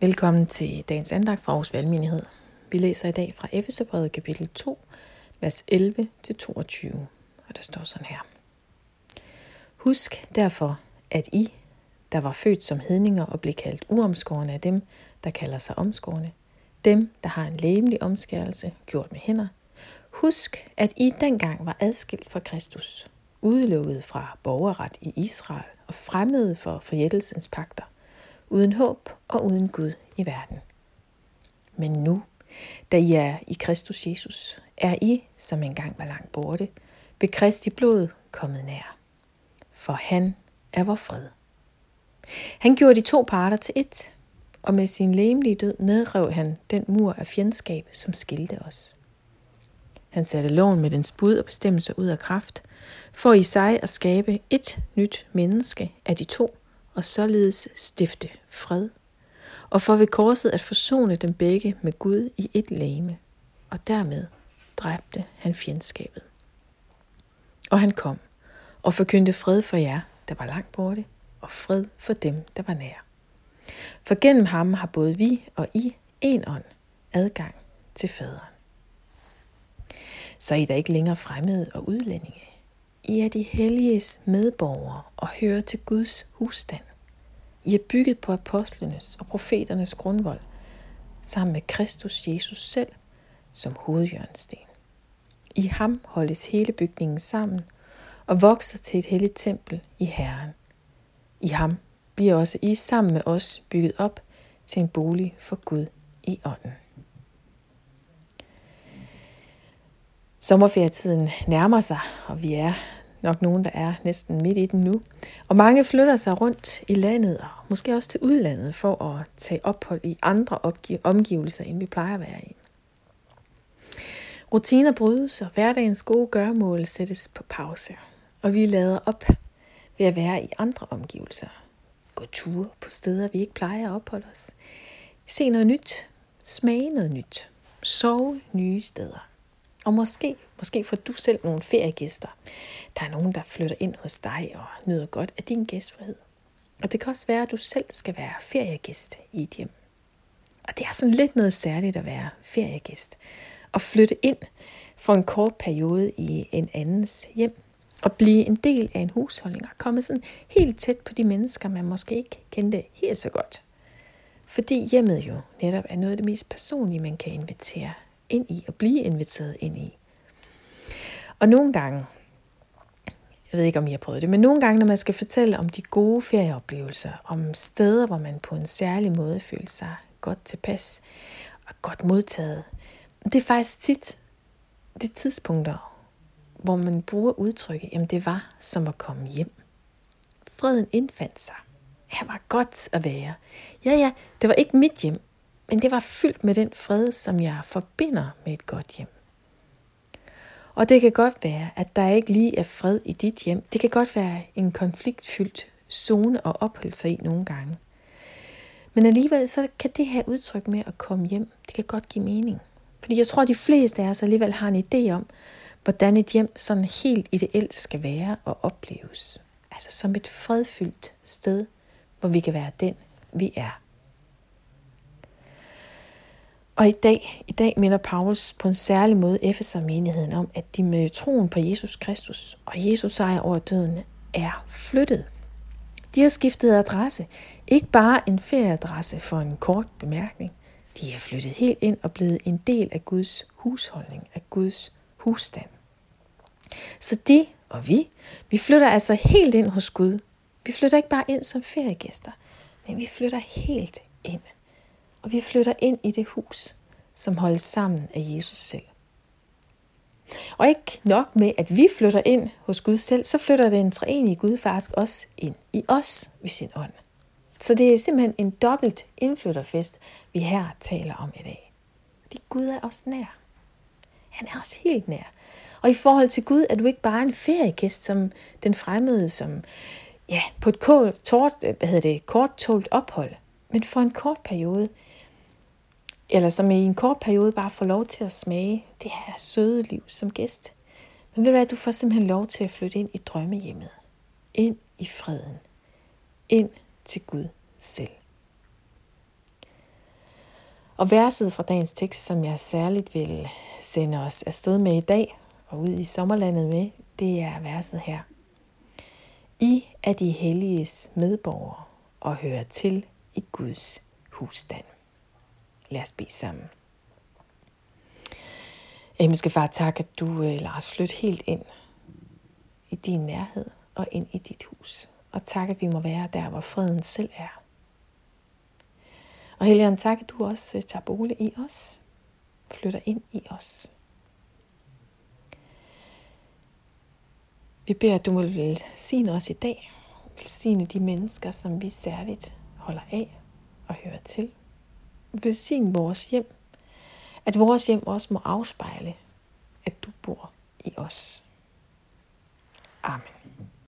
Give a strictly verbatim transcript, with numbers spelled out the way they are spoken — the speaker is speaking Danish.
Velkommen til dagens andagt fra Aarhus Valgmenighed. Vi læser i dag fra Efeserbrevet kapitel to, vers elleve til toogtyve, og der står sådan her. Husk derfor, at I, der var født som hedninger og blev kaldt uomskårne af dem, der kalder sig omskårne, dem, der har en legemlig omskærelse gjort med hænder, husk, at I dengang var adskilt fra Kristus, udelukket fra borgerret i Israel og fremmede for forjættelsens pagter, uden håb og uden Gud i verden. Men nu, da I er i Kristus Jesus, er I, som engang var langt borte, ved Kristi blod kommet nær. For han er vor fred. Han gjorde de to parter til ét, og med sin legemlige død nedrev han den mur af fjendskab, som skilte os. Han satte loven med dens bud og bestemmelser ud af kraft, for i sig at skabe et nyt menneske af de to, og således stifte fred, og for ved korset at forsone dem begge med Gud i et legeme, og dermed dræbte han fjendskabet. Og han kom og forkyndte fred for jer, der var langt borte, og fred for dem, der var nær. For gennem ham har både vi og I en ånd adgang til faderen. Så I er der ikke længere fremmede og udlændinge. I er de helliges medborgere og hører til Guds husstand. I er bygget på apostlenes og profeternes grundvold, sammen med Kristus Jesus selv som hovedhjørnesten. I ham holdes hele bygningen sammen og vokser til et helligt tempel i Herren. I ham bliver også I sammen med os bygget op til en bolig for Gud i ånden. Sommerferietiden nærmer sig, og vi er nok nogen, der er næsten midt i den nu. Og mange flytter sig rundt i landet, og måske også til udlandet, for at tage ophold i andre opgiv- omgivelser, end vi plejer at være i. Rutiner brydes, og hverdagens gode gøremål sættes på pause. Og vi lader op ved at være i andre omgivelser. Gå ture på steder, vi ikke plejer at opholde os. Se noget nyt, smage noget nyt, sove nye steder. Og måske, måske får du selv nogle feriegæster. Der er nogen, der flytter ind hos dig og nyder godt af din gæstfrihed. Og det kan også være, at du selv skal være feriegæst i et hjem. Og det er sådan lidt noget særligt at være feriegæst. Og flytte ind for en kort periode i en andens hjem. Og blive en del af en husholdning. Og komme sådan helt tæt på de mennesker, man måske ikke kendte helt så godt. Fordi hjemmet jo netop er noget af det mest personlige, man kan invitere ind i og blive inviteret ind i. Og nogle gange, jeg ved ikke om I har prøvet det, men nogle gange, når man skal fortælle om de gode ferieoplevelser, om steder, hvor man på en særlig måde føler sig godt tilpas og godt modtaget, det er faktisk tit de tidspunkter, hvor man bruger udtrykket, jamen det var som at komme hjem. Freden indfandt sig. Her var godt at være. Ja, ja, det var ikke mit hjem, men det var fyldt med den fred, som jeg forbinder med et godt hjem. Og det kan godt være, at der ikke lige er fred i dit hjem. Det kan godt være en konfliktfyldt zone at opholde sig i nogle gange. Men alligevel så kan det her udtryk med at komme hjem, det kan godt give mening. Fordi jeg tror, at de fleste af os alligevel har en idé om, hvordan et hjem sådan helt ideelt skal være og opleves. Altså som et fredfyldt sted, hvor vi kan være den, vi er. Og i dag, i dag minder Paulus på en særlig måde Efeser-menigheden om, at de med troen på Jesus Kristus og Jesus sejr over døden er flyttet. De har skiftet adresse. Ikke bare en ferieadresse for en kort bemærkning. De er flyttet helt ind og blevet en del af Guds husholdning, af Guds husstand. Så de og vi, vi flytter altså helt ind hos Gud. Vi flytter ikke bare ind som feriegæster, men vi flytter helt ind. Og vi flytter ind i det hus, som holdes sammen af Jesus selv. Og ikke nok med, at vi flytter ind hos Gud selv, så flytter den treenige Gud faktisk også ind i os ved sin ånd. Så det er simpelthen en dobbelt indflytterfest, vi her taler om i dag. Fordi Gud er os nær. Han er os helt nær. Og i forhold til Gud er du ikke bare en feriegæst, som den fremmede, som ja, på et kort, tort, hvad hedder det, kort tålt ophold, men for en kort periode, eller som i en kort periode bare får lov til at smage det her søde liv som gæst. Men ved du hvad, du får simpelthen lov til at flytte ind i drømmehjemmet, ind i freden, ind til Gud selv. Og verset fra dagens tekst, som jeg særligt vil sende os afsted med i dag og ud i sommerlandet med, det er verset her. I er de helliges medborgere og hører til i Guds husstand. Lad os bede sammen. Himmelske Far, tak, at du lader os flytte helt ind i din nærhed og ind i dit hus. Og tak, at vi må være der, hvor freden selv er. Og Helligånd, tak, at du også tager bolig i os, flytter ind i os. Vi beder, at du må velsigne os i dag, velsigne de mennesker, som vi særligt holder af og hører til. Velsigne vores hjem, at vores hjem også må afspejle, at du bor i os. Amen.